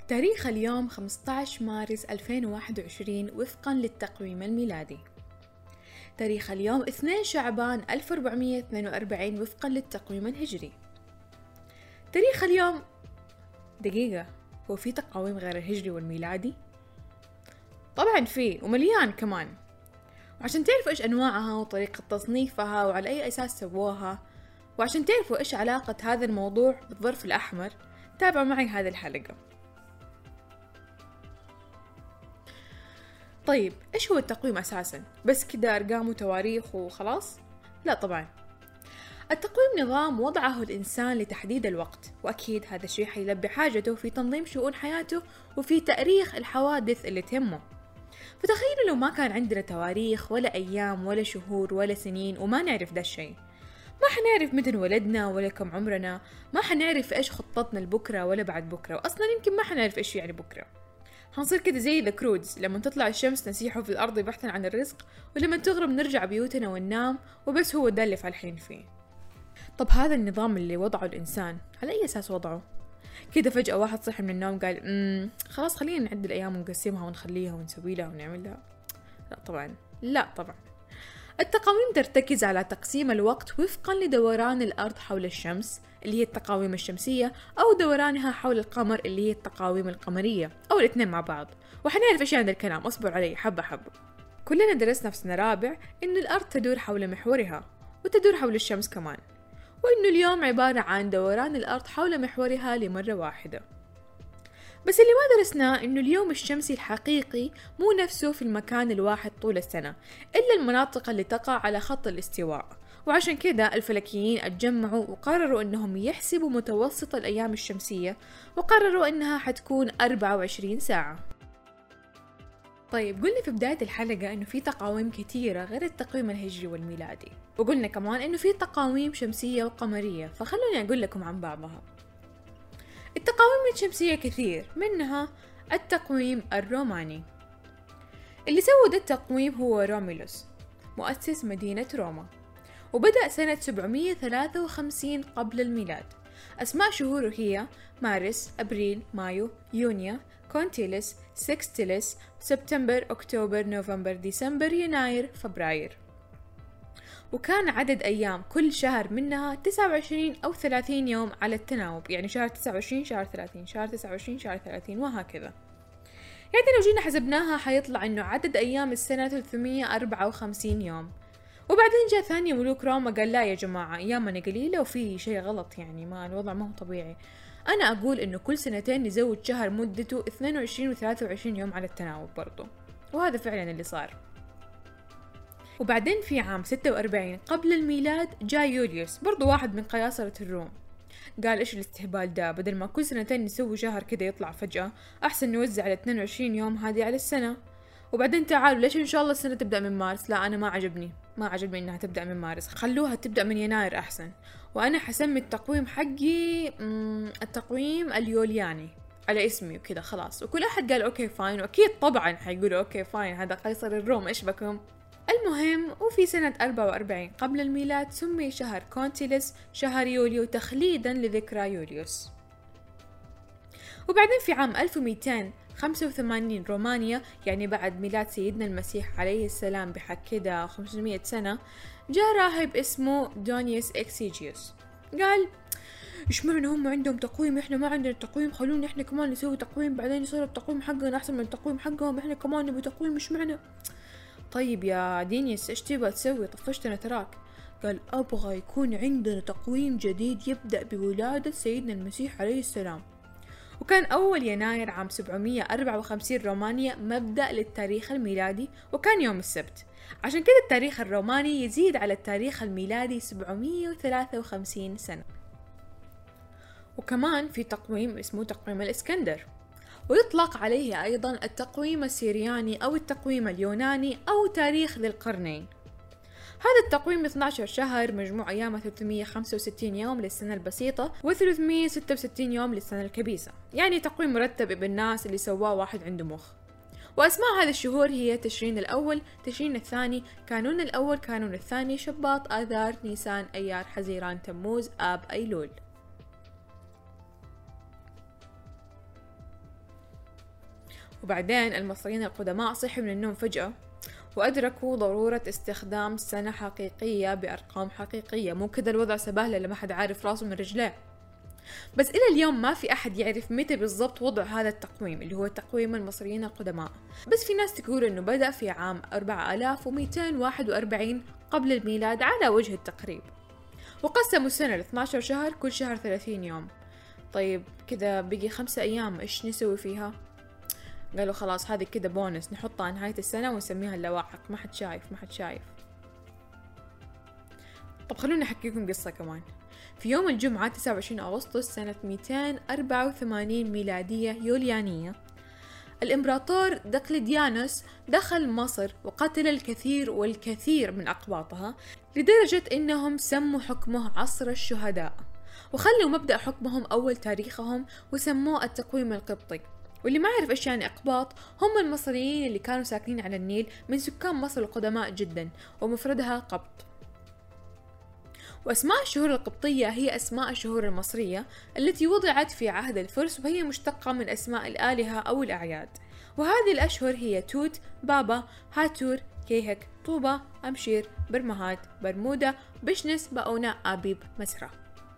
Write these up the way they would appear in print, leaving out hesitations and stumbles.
تاريخ اليوم 15 مارس 2021 وفقا للتقويم الميلادي. تاريخ اليوم 2 شعبان 1442 وفقا للتقويم الهجري. تاريخ اليوم دقيقة، هو في تقاويم غير الهجري والميلادي؟ طبعا في، ومليان كمان. وعشان تعرفوا إيش أنواعها وطريقة تصنيفها وعلى أي أساس سووها، وعشان تعرفوا إيش علاقة هذا الموضوع بالظرف الأحمر، تابعوا معي هذه الحلقة. طيب إيش هو التقويم أساساً؟ بس كده أرقام وتواريخ وخلاص؟ لا طبعاً. التقويم نظام وضعه الإنسان لتحديد الوقت، وأكيد هذا الشيء حيلبي حاجته في تنظيم شؤون حياته وفي تاريخ الحوادث اللي تهمه. فتخيلوا لو ما كان عندنا تواريخ ولا أيام ولا شهور ولا سنين وما نعرف ده الشيء، ما حنعرف متى انولدنا ولا كم عمرنا، ما حنعرف إيش خطتنا لبكرة ولا بعد بكرة، وأصلاً يمكن ما حنعرف إيش يعني بكرة. حنصير كده زي ذا كرودز، لما تطلع الشمس نسيحه في الأرض بحثا عن الرزق، ولما تغرب نرجع بيوتنا وننام، وبس هو ده اللي فالحين فيه. طب هذا النظام اللي وضعه الإنسان على أي أساس وضعه؟ كده فجأة واحد صحي من النوم قال خلاص خلينا نعد الأيام ونقسمها ونخليها ونسوي لها ونعمل لها. لا طبعا، لا طبعا. التقاويم ترتكز على تقسيم الوقت وفقا لدوران الأرض حول الشمس اللي هي التقاويم الشمسية، أو دورانها حول القمر اللي هي التقاويم القمرية، أو الاثنين مع بعض. وحنعرف إيش يعني الكلام، أصبر علي حبة حبة. كلنا درسنا في سنة رابع إنه الأرض تدور حول محورها وتدور حول الشمس كمان، وإنه اليوم عبارة عن دوران الأرض حول محورها لمرة واحدة. بس اللي ما درسناه إنه اليوم الشمسي الحقيقي مو نفسه في المكان الواحد طول السنة، إلا المناطق اللي تقع على خط الاستواء. وعشان كده الفلكيين اتجمعوا وقرروا إنهم يحسبوا متوسط الأيام الشمسية، وقرروا إنها حتكون 24 ساعة. طيب قلنا في بداية الحلقة إنه في تقاويم كثيرة غير التقويم الهجري والميلادي، وقلنا كمان إنه في تقاويم شمسية وقمرية، فخلوني أقول لكم عن بعضها. التقاويم الشمسية كثير، منها التقويم الروماني. اللي سوى ده التقويم هو روميلوس، مؤسس مدينة روما، وبدأ سنة 753 قبل الميلاد. أسماء شهوره هي مارس، أبريل، مايو، يونيو، كونتيلس، سكستيلس، سبتمبر، أكتوبر، نوفمبر، ديسمبر، يناير، فبراير. وكان عدد أيام كل شهر منها 29 أو 30 يوم على التناوب، يعني شهر 29 شهر 30 شهر 29 شهر 30 وهكذا. يعني لو جينا حسبناها حيطلع إنه عدد أيام السنة 354 يوم. وبعدين جاء ثاني ملوك روما قال لا يا جماعة، أيامنا قليلة وفي شيء غلط، يعني ما الوضع ما هو طبيعي. أنا أقول إنه كل سنتين نزود شهر مدته 22 و 23 يوم على التناوب برضو، وهذا فعلا اللي صار. وبعدين في عام 46 قبل الميلاد جاء يوليوس، برضو واحد من قياصرة الروم، قال إيش الاستهبال ده، بدل ما كل سنتين نسوي شهر كده يطلع فجأة، أحسن نوزع على 22 يوم هذه على السنة. وبعدين تعالوا ليش إن شاء الله السنة تبدأ من مارس؟ لا أنا ما عجبني إنها تبدأ من مارس، خلوها تبدأ من يناير أحسن. وأنا حسمي التقويم حقي التقويم اليولياني على اسمي وكذا خلاص. وكل أحد قال أوكي فاين، وأكيد طبعا حيقولوا أوكي فاين، هذا قيصر الروم إيش بكم. المهم، وفي سنة 44 قبل الميلاد سمي شهر كونتيلس شهر يوليو تخليدا لذكرى يوليوس. وبعدين في عام 1285 رومانيا، يعني بعد ميلاد سيدنا المسيح عليه السلام بحق كده 500 سنة، جاء راهب اسمه دونيوس إكسيجيوس قال إيش معنى هم عندهم تقويم إحنا ما عندنا تقويم، خلونا إحنا كمان نسوي تقويم، بعدين يصير التقويم حقنا أحسن من التقويم حقهم، إحنا كمان نبي تقويم إيش معنى. طيب يا دينيس إيش تبغى تسوي، طفشتنا تراك. قال أبغى يكون عندنا تقويم جديد يبدأ بولادة سيدنا المسيح عليه السلام. وكان أول يناير عام 754 رومانيا مبدأ للتاريخ الميلادي، وكان يوم السبت، عشان كده التاريخ الروماني يزيد على التاريخ الميلادي 753 سنة. وكمان في تقويم اسمه تقويم الإسكندر، ويطلق عليه أيضا التقويم السيرياني أو التقويم اليوناني أو تاريخ ذي القرنين. هذا التقويم 12 شهر، مجموع أيامه 365 يوم للسنة البسيطة و366 يوم للسنة الكبيسة، يعني تقويم مرتب ابن الناس اللي سواه واحد عنده مخ. وأسماء هذه الشهور هي تشرين الأول، تشرين الثاني، كانون الأول، كانون الثاني، شباط، آذار، نيسان، أيار، حزيران، تموز، آب، أيلول. وبعدين المصريين القدماء صحوا من النوم فجأة وأدركوا ضرورة استخدام سنة حقيقية بأرقام حقيقية، مو كذا الوضع سباهلة لما حد عارف راسه من رجليه. بس إلى اليوم ما في أحد يعرف متى بالضبط وضع هذا التقويم اللي هو تقويم المصريين القدماء، بس في ناس تقول إنه بدأ في عام 4241 قبل الميلاد على وجه التقريب، وقسموا السنة ل 12 شهر، كل شهر 30 يوم. طيب كذا بقي 5 أيام، إيش نسوي فيها؟ قالوا خلاص هذه كده بونس نحطها نهاية السنة ونسميها اللواحق، ما حد شايف. طب خلوني أحكيكم قصة كمان. في يوم الجمعة 29 أغسطس سنة 284 ميلادية يوليانية، الإمبراطور دقلديانوس دخل مصر وقتل الكثير والكثير من أقباطها، لدرجة إنهم سموا حكمه عصر الشهداء، وخلوا مبدأ حكمهم أول تاريخهم وسموه التقويم القبطي. واللي ما يعرف إيش يعني أقباط، هم المصريين اللي كانوا ساكنين على النيل من سكان مصر القدماء جدا، ومفردها قبط. وأسماء الشهور القبطية هي أسماء الشهور المصرية التي وضعت في عهد الفرس، وهي مشتقة من أسماء الآلهة أو الأعياد. وهذه الأشهر هي توت، بابا، هاتور، كيهك، طوبة، أمشير، برمهات، برمودا، بشنس، باونا، آبيب، مسرة.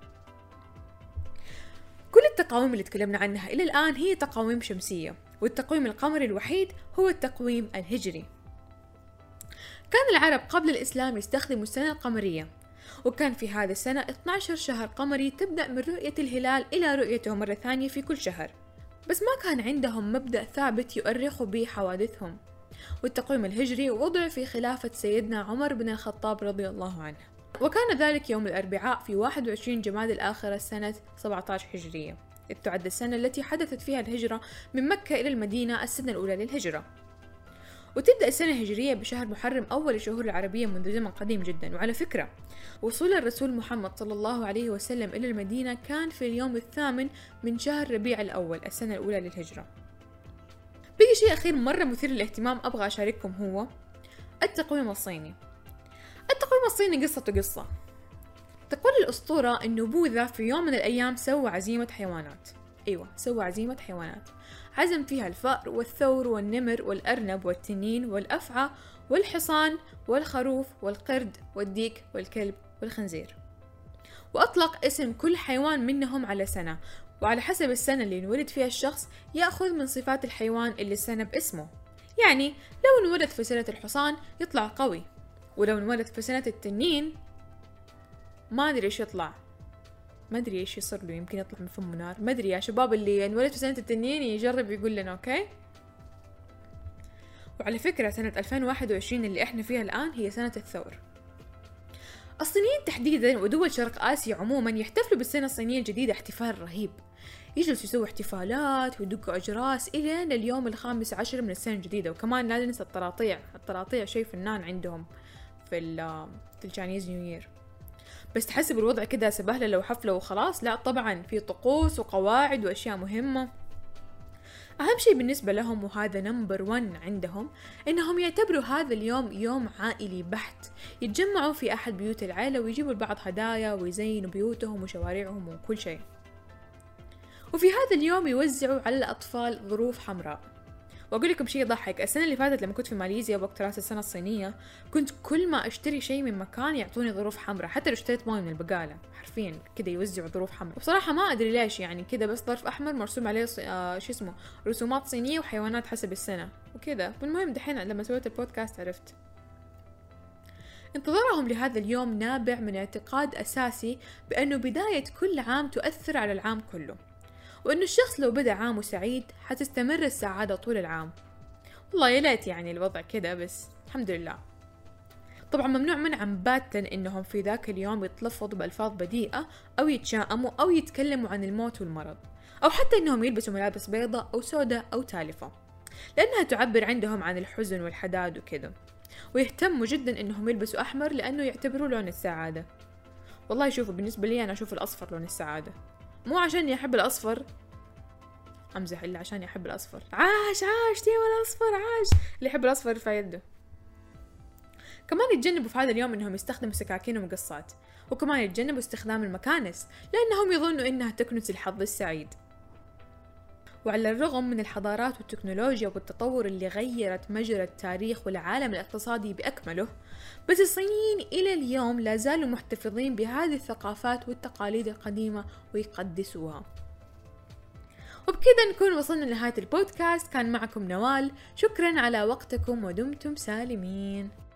كل التقاويم اللي تكلمنا عنها إلى الآن هي تقاويم شمسية، والتقويم القمري الوحيد هو التقويم الهجري. كان العرب قبل الإسلام يستخدموا السنة القمرية، وكان في هذه السنة 12 شهر قمري تبدأ من رؤية الهلال إلى رؤيته مرة ثانية في كل شهر، بس ما كان عندهم مبدأ ثابت يؤرخوا به حوادثهم. والتقويم الهجري وضع في خلافة سيدنا عمر بن الخطاب رضي الله عنه، وكان ذلك يوم الأربعاء في 21 جماد الآخرة سنة 17 هجرية، إذ تعد السنة التي حدثت فيها الهجرة من مكة إلى المدينة السنة الأولى للهجرة. وتبدأ السنة الهجرية بشهر محرم، أول الشهور العربية منذ زمن قديم جدا. وعلى فكرة، وصول الرسول محمد صلى الله عليه وسلم إلى المدينة كان في اليوم 8 من شهر ربيع الأول السنة الأولى للهجرة. بقي شيء أخير مرة مثير للاهتمام أبغى أشارككم، هو التقويم الصيني. التقويم الصيني قصته قصة. تقول الأسطورة إنه بوذا في يوم من الأيام سوى عزيمة حيوانات. أيوة، سوى عزيمة حيوانات، عزم فيها الفأر والثور والنمر والأرنب والتنين والأفعى والحصان والخروف والقرد والديك والكلب والخنزير، وأطلق اسم كل حيوان منهم على سنة، وعلى حسب السنة اللي انولد فيها الشخص يأخذ من صفات الحيوان اللي السنة باسمه. يعني لو انولد في سنة الحصان يطلع قوي، ولو انولد في سنة التنين ما أدري إيش يطلع، ما أدري إيش يصير له، يمكن يطلع من فمه نار، ما أدري. يا شباب اللي انولد في سنة التنين يجرب يقول لنا أوكي. وعلى فكرة سنة 2021 اللي إحنا فيها الآن هي سنة الثور. الصينيين تحديدا ودول شرق آسيا عموما يحتفلوا بالسنة الصينية الجديدة احتفال رهيب، يجلسوا يسووا احتفالات ويدقوا أجراس إلى اليوم 15 من السنة الجديدة. وكمان لا ننسى التراطيع شيء فنان عندهم في الجانيز نيو يير. بس تحسب الوضع كده سبهلة لو حفلة وخلاص؟ لا طبعا، في طقوس وقواعد وأشياء مهمة. أهم شيء بالنسبة لهم، وهذا نمبر 1 عندهم، إنهم يعتبروا هذا اليوم يوم عائلي بحت، يتجمعوا في أحد بيوت العائلة ويجيبوا لبعض هدايا ويزينوا بيوتهم وشوارعهم وكل شيء. وفي هذا اليوم يوزعوا على الأطفال ظروف حمراء. وأقول لكم شيء يضحك، السنة اللي فاتت لما كنت في ماليزيا وقت رأس السنة الصينية، كنت كل ما أشتري شيء من مكان يعطوني ظروف حمراء، حتى لو اشتريت مويه من البقالة حرفيا كده يوزعوا ظروف حمراء. وبصراحة ما أدري ليش، يعني كده بس ظرف أحمر مرسوم عليه رسومات صينية وحيوانات حسب السنة وكذا. والمهم دحين لما سويت البودكاست عرفت. انتظارهم لهذا اليوم نابع من اعتقاد أساسي بأنه بداية كل عام تؤثر على العام كله، وإنه الشخص لو بدأ عامه سعيد حتستمر السعادة طول العام. والله يا ليت يعني الوضع كده، بس الحمد لله. طبعا ممنوع منعا باتا إنهم في ذاك اليوم يتلفظوا بألفاظ بذيئة أو يتشائموا أو يتكلموا عن الموت والمرض، أو حتى إنهم يلبسوا ملابس بيضاء أو سوداء أو تالفة، لأنها تعبر عندهم عن الحزن والحداد وكذا. ويهتموا جدا إنهم يلبسوا أحمر لأنه يعتبروا لون السعادة. والله شوفوا، بالنسبة لي أنا أشوف الأصفر لون السعادة، مو عشان يحب الأصفر، أمزح، إلا عشان يحب الأصفر. عاش تيم الأصفر، عاش. اللي يحب الأصفر يرفع يده. كمان يتجنبوا في هذا اليوم إنهم يستخدموا سكاكين ومقصات، وكمان يتجنبوا استخدام المكانس لأنهم يظنوا إنها تكنس الحظ السعيد. وعلى الرغم من الحضارات والتكنولوجيا والتطور اللي غيرت مجرى التاريخ والعالم الاقتصادي بأكمله، بس الصينيين إلى اليوم لا زالوا محتفظين بهذه الثقافات والتقاليد القديمة ويقدسوها. وبكذا نكون وصلنا لنهاية البودكاست. كان معكم نوال، شكرا على وقتكم ودمتم سالمين.